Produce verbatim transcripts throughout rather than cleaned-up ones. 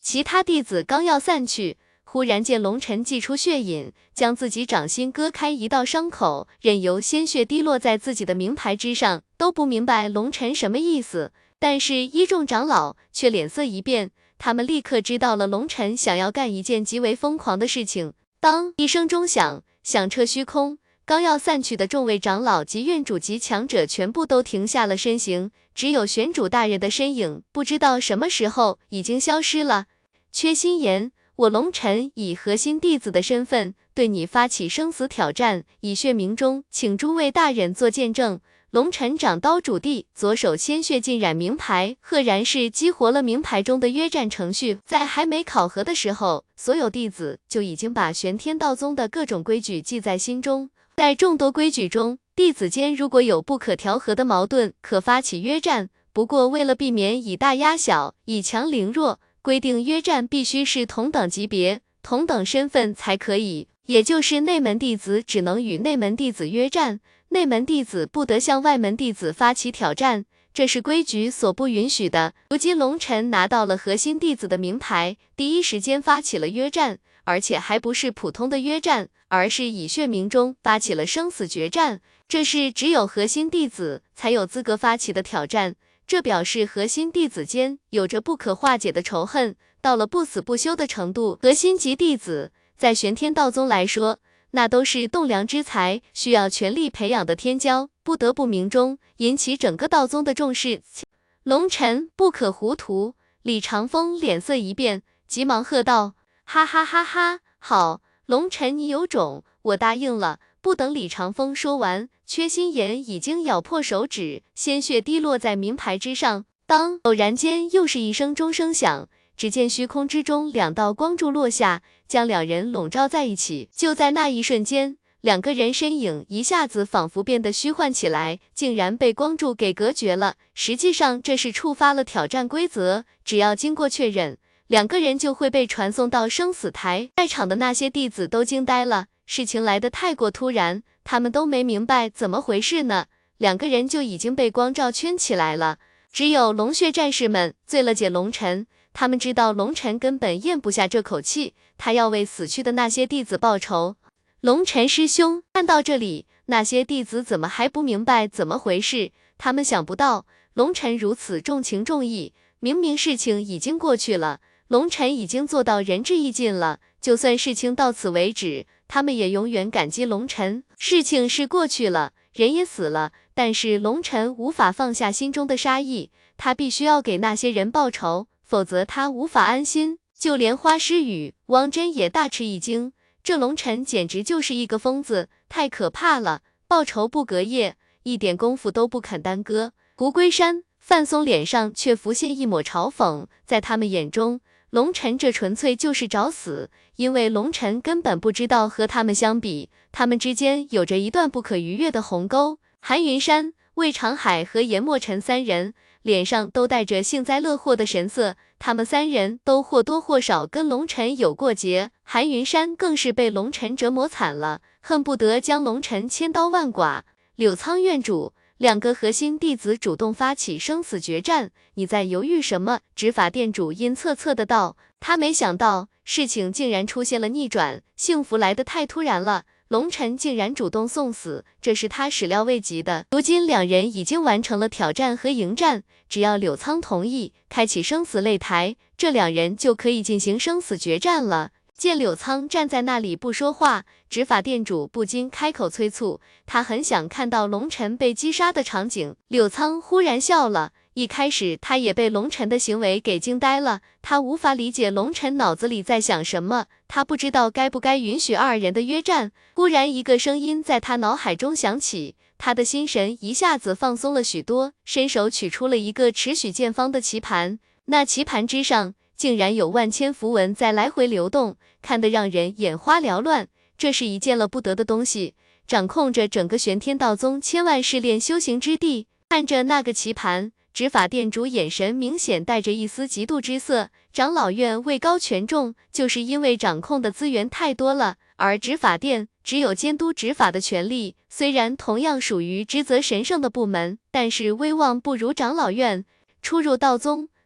其他弟子刚要散去，忽然见龙晨祭出血饮，将自己掌心割开一道伤口，任由鲜血滴落在自己的名牌之上，都不明白龙晨什么意思。但是一众长老却脸色一变，他们立刻知道了龙晨想要干一件极为疯狂的事情。当一声钟响，响彻虚空，刚要散去的众位长老及院主及强者全部都停下了身形，只有玄主大人的身影不知道什么时候已经消失了。缺心言，我龙晨以核心弟子的身份对你发起生死挑战，以血明钟，请诸位大人做见证。龙晨掌刀主地，左手鲜血浸染名牌，赫然是激活了名牌中的约战程序。在还没考核的时候，所有弟子就已经把玄天道宗的各种规矩记在心中。在众多规矩中，弟子间如果有不可调和的矛盾，可发起约战。不过为了避免以大压小，以强凌弱，规定约战必须是同等级别、同等身份才可以，也就是内门弟子只能与内门弟子约战。内门弟子不得向外门弟子发起挑战，这是规矩所不允许的。如今龙晨拿到了核心弟子的名牌，第一时间发起了约战，而且还不是普通的约战，而是以血明钟发起了生死决战。这是只有核心弟子才有资格发起的挑战，这表示核心弟子间有着不可化解的仇恨，到了不死不休的程度。核心级弟子在玄天道宗来说，那都是栋梁之才，需要全力培养的天骄，不得不明钟，引起整个道宗的重视。龙晨不可糊涂。李长风脸色一变，急忙喝道：哈哈哈哈，好，龙晨你有种，我答应了。不等李长风说完，缺心眼已经咬破手指，鲜血滴落在名牌之上。当偶然间又是一声钟声响，只见虚空之中两道光柱落下，将两人笼罩在一起。就在那一瞬间，两个人身影一下子仿佛变得虚幻起来，竟然被光柱给隔绝了。实际上这是触发了挑战规则，只要经过确认，两个人就会被传送到生死台。在场的那些弟子都惊呆了，事情来得太过突然，他们都没明白怎么回事呢，两个人就已经被光罩圈起来了。只有龙血战士们最了解龙晨，他们知道龙晨根本咽不下这口气，他要为死去的那些弟子报仇。龙晨师兄，看到这里，那些弟子怎么还不明白怎么回事？他们想不到龙晨如此重情重义，明明事情已经过去了，龙晨已经做到仁至义尽了，就算事情到此为止，他们也永远感激龙晨。事情是过去了，人也死了，但是龙晨无法放下心中的杀意，他必须要给那些人报仇，否则他无法安心。就连花诗雨、汪真也大吃一惊，这龙晨简直就是一个疯子，太可怕了，报仇不隔夜，一点功夫都不肯耽搁。胡归山、范松脸上却浮现一抹嘲讽，在他们眼中，龙晨这纯粹就是找死，因为龙晨根本不知道和他们相比，他们之间有着一段不可逾越的鸿沟。韩云山、魏长海和严墨尘三人脸上都带着幸灾乐祸的神色，他们三人都或多或少跟龙晨有过节，韩云山更是被龙晨折磨惨了，恨不得将龙晨千刀万剐。柳苍院主，两个核心弟子主动发起生死决战，你在犹豫什么？执法店主阴恻恻的道，他没想到事情竟然出现了逆转，幸福来得太突然了，龙晨竟然主动送死，这是他始料未及的。如今两人已经完成了挑战和迎战，只要柳苍同意开启生死擂台，这两人就可以进行生死决战了。见柳苍站在那里不说话，执法店主不禁开口催促，他很想看到龙晨被击杀的场景。柳苍忽然笑了，一开始他也被龙晨的行为给惊呆了，他无法理解龙晨脑子里在想什么，他不知道该不该允许二人的约战。忽然一个声音在他脑海中响起，他的心神一下子放松了许多，伸手取出了一个尺许见方的棋盘，那棋盘之上竟然有万千符文在来回流动，看得让人眼花缭乱。这是一件了不得的东西，掌控着整个玄天道宗千万试炼修行之地。看着那个棋盘，执法店主眼神明显带着一丝嫉妒之色。长老院位高权重，就是因为掌控的资源太多了，而执法店只有监督执法的权利。虽然同样属于职责神圣的部门，但是威望不如长老院。初入道宗，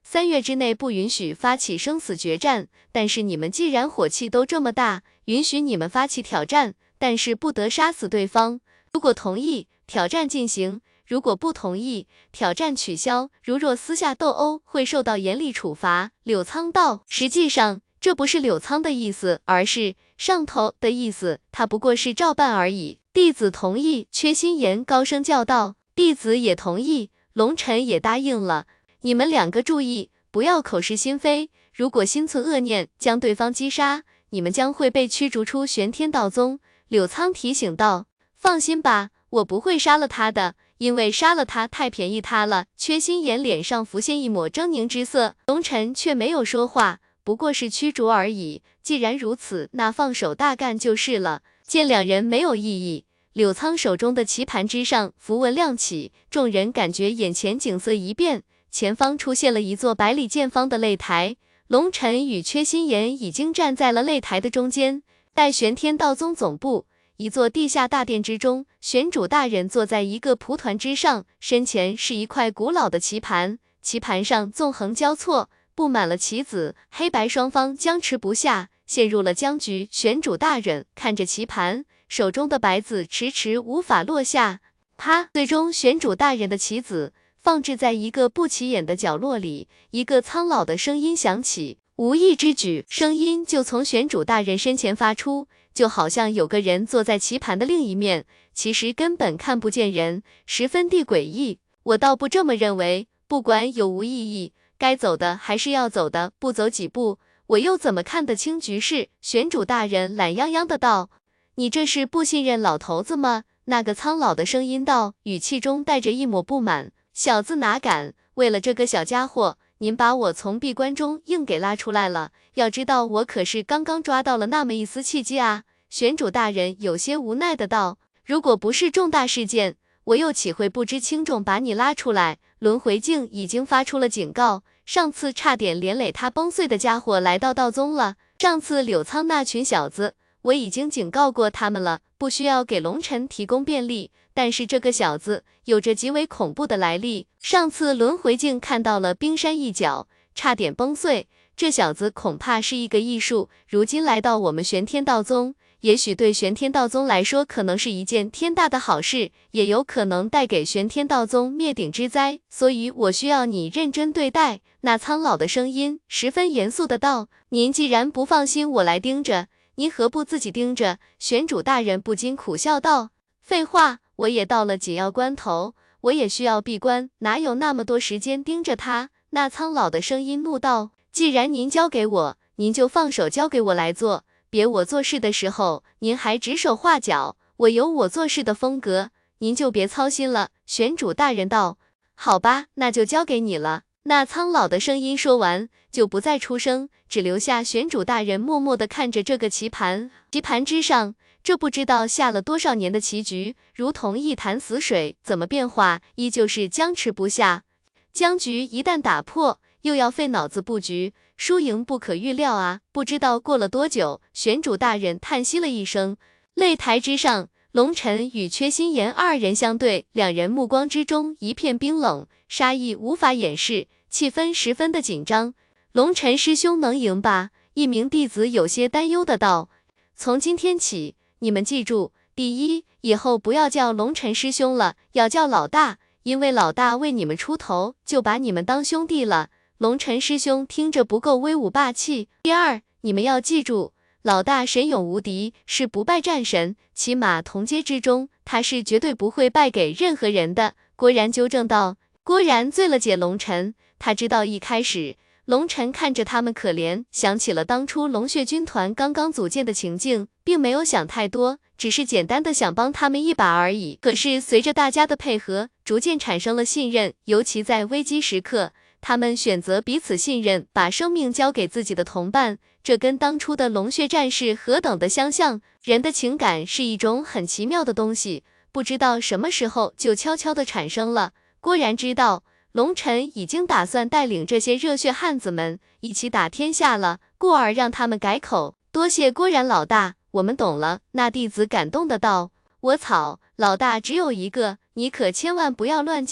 三月之内不允许发起生死决战，但是你们既然火气都这么大，允许你们发起挑战，但是不得杀死对方。如果同意，挑战进行；如果不同意，挑战取消。如若私下斗殴，会受到严厉处罚。柳苍道，实际上这不是柳苍的意思，而是上头的意思，他不过是照办而已。弟子同意。缺心妍高声叫道。弟子也同意。龙尘也答应了。你们两个注意，不要口是心非，如果心存恶念，将对方击杀，你们将会被驱逐出玄天道宗。柳苍提醒道。放心吧，我不会杀了他的，因为杀了他太便宜他了。缺心妍脸上浮现一抹狰狞之色，龙尘却没有说话，不过是驱逐而已。既然如此，那放手大干就是了。见两人没有异议，柳苍手中的棋盘之上符文亮起，众人感觉眼前景色一变，前方出现了一座百里见方的擂台，龙尘与缺心妍已经站在了擂台的中间。待玄天道宗总部，一座地下大殿之中，玄主大人坐在一个蒲团之上，身前是一块古老的棋盘，棋盘上纵横交错，布满了棋子，黑白双方僵持不下，陷入了僵局。玄主大人看着棋盘，手中的白子迟迟无法落下。啪！最终玄主大人的棋子放置在一个不起眼的角落里，一个苍老的声音响起，无意之举，声音就从玄主大人身前发出，就好像有个人坐在棋盘的另一面，其实根本看不见人，十分地诡异。我倒不这么认为，不管有无意义，该走的还是要走的，不走几步，我又怎么看得清局势？玄主大人懒洋洋的道。你这是不信任老头子吗？那个苍老的声音道，语气中带着一抹不满。小子哪敢，为了这个小家伙，您把我从闭关中硬给拉出来了，要知道我可是刚刚抓到了那么一丝契机啊。玄主大人有些无奈的道，如果不是重大事件，我又岂会不知轻重把你拉出来？轮回镜已经发出了警告，上次差点连累他崩碎的家伙来到道宗了，上次柳苍那群小子，我已经警告过他们了，不需要给龙尘提供便利，但是这个小子有着极为恐怖的来历，上次轮回镜看到了冰山一角，差点崩碎，这小子恐怕是一个异术，如今来到我们玄天道宗，也许对玄天道宗来说可能是一件天大的好事，也有可能带给玄天道宗灭顶之灾，所以我需要你认真对待。那苍老的声音十分严肃的道，您既然不放心我来盯着，您何不自己盯着？玄主大人不禁苦笑道，废话，我也到了紧要关头，我也需要闭关，哪有那么多时间盯着他？那苍老的声音怒道，既然您交给我，您就放手交给我来做，别我做事的时候，您还指手画脚，我有我做事的风格，您就别操心了。玄主大人道，好吧，那就交给你了。那苍老的声音说完，就不再出声，只留下玄主大人默默地看着这个棋盘。棋盘之上，这不知道下了多少年的棋局，如同一潭死水，怎么变化，依旧是僵持不下。僵局一旦打破，又要费脑子布局，输赢不可预料啊！不知道过了多久，玄主大人叹息了一声。擂台之上，龙尘与缺心妍二人相对，两人目光之中一片冰冷，杀意无法掩饰，气氛十分的紧张。龙尘师兄能赢吧？一名弟子有些担忧的道。从今天起，你们记住，第一，以后不要叫龙尘师兄了，要叫老大，因为老大为你们出头，就把你们当兄弟了。龙尘师兄听着不够威武霸气。第二，你们要记住，老大神勇无敌，是不败战神，起码同阶之中，他是绝对不会败给任何人的。郭然纠正道。郭然最了解龙尘，他知道一开始龙尘看着他们可怜，想起了当初龙血军团刚刚组建的情境，并没有想太多，只是简单的想帮他们一把而已。可是随着大家的配合，逐渐产生了信任，尤其在危机时刻，他们选择彼此信任，把生命交给自己的同伴，这跟当初的龙血战士何等的相像。人的情感是一种很奇妙的东西，不知道什么时候就悄悄的产生了。郭然知道龙尘已经打算带领这些热血汉子们一起打天下了，故而让他们改口。多谢郭然老大，我们懂了。那弟子感动的道，我草，老大只有一个，你可千万不要乱叫，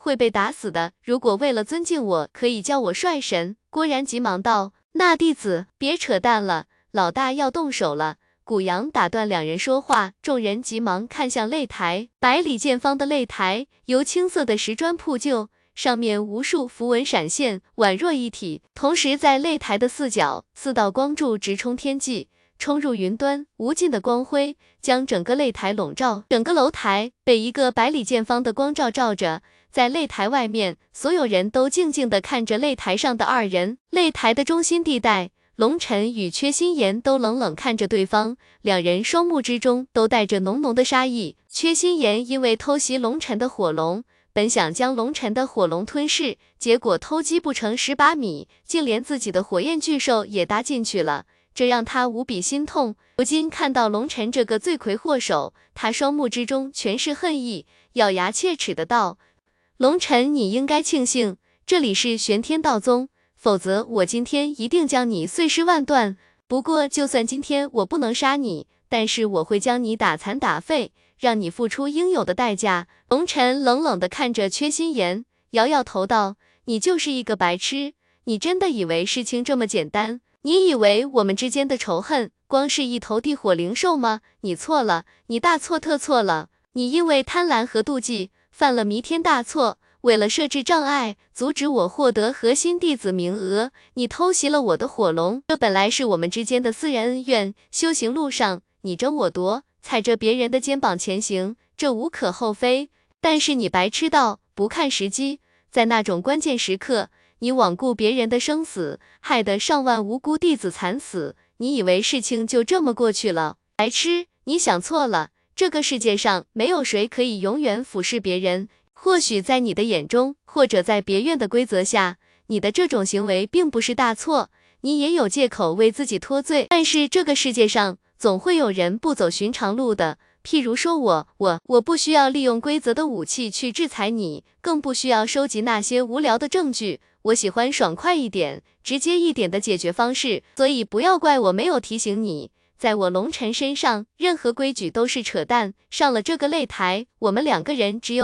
会被打死的。如果为了尊敬我，可以叫我帅神。郭然急忙道：那弟子，别扯淡了，老大要动手了。古阳打断两人说话，众人急忙看向擂台。百里见方的擂台由青色的石砖铺就，上面无数符文闪现，宛若一体。同时在擂台的四角，四道光柱直冲天际，冲入云端，无尽的光辉将整个擂台笼罩。整个楼台被一个百里见方的光照照着，在擂台外面，所有人都静静地看着擂台上的二人。擂台的中心地带，龙尘与缺心妍都冷冷看着对方，两人双目之中都带着浓浓的杀意。缺心妍因为偷袭龙尘的火龙，本想将龙尘的火龙吞噬，结果偷鸡不成蚀把米，竟连自己的火焰巨兽也搭进去了，这让他无比心痛。如今看到龙尘这个罪魁祸首，他双目之中全是恨意，咬牙切齿的道：龙尘，你应该庆幸这里是玄天道宗，否则我今天一定将你碎尸万段。不过就算今天我不能杀你，但是我会将你打残打废，让你付出应有的代价。龙尘冷冷地看着缺心妍，摇摇头道：你就是一个白痴，你真的以为事情这么简单？你以为我们之间的仇恨光是一头地火灵兽吗？你错了，你大错特错了。你因为贪婪和妒忌犯了弥天大错，为了设置障碍，阻止我获得核心弟子名额，你偷袭了我的火龙。这本来是我们之间的私人恩怨，修行路上你争我夺，踩着别人的肩膀前行，这无可厚非。但是你白痴到不看时机，在那种关键时刻，你罔顾别人的生死，害得上万无辜弟子惨死，你以为事情就这么过去了？白痴，你想错了。这个世界上没有谁可以永远俯视别人，或许在你的眼中，或者在别院的规则下，你的这种行为并不是大错，你也有借口为自己脱罪。但是这个世界上总会有人不走寻常路的，譬如说我，我，我不需要利用规则的武器去制裁你，更不需要收集那些无聊的证据。我喜欢爽快一点、直接一点的解决方式，所以不要怪我没有提醒你。在我龙尘身上，任何规矩都是扯淡。上了这个擂台，我们两个人只有